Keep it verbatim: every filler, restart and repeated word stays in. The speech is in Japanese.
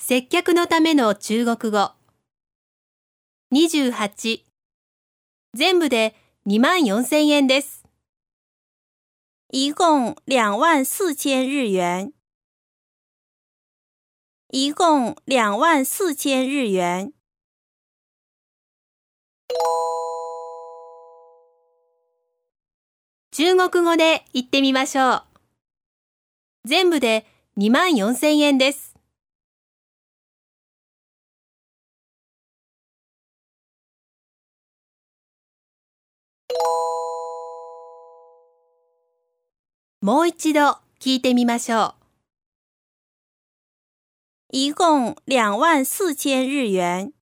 接客のための中国語。にじゅうはち、全部でにまんよんせんえんです。 一共两万四千日元。一共两万四千日元。 中国語で言ってみましょう。全部でにまんよんせんえんです。もう一度聞いてみましょう。 一共两万四千日元。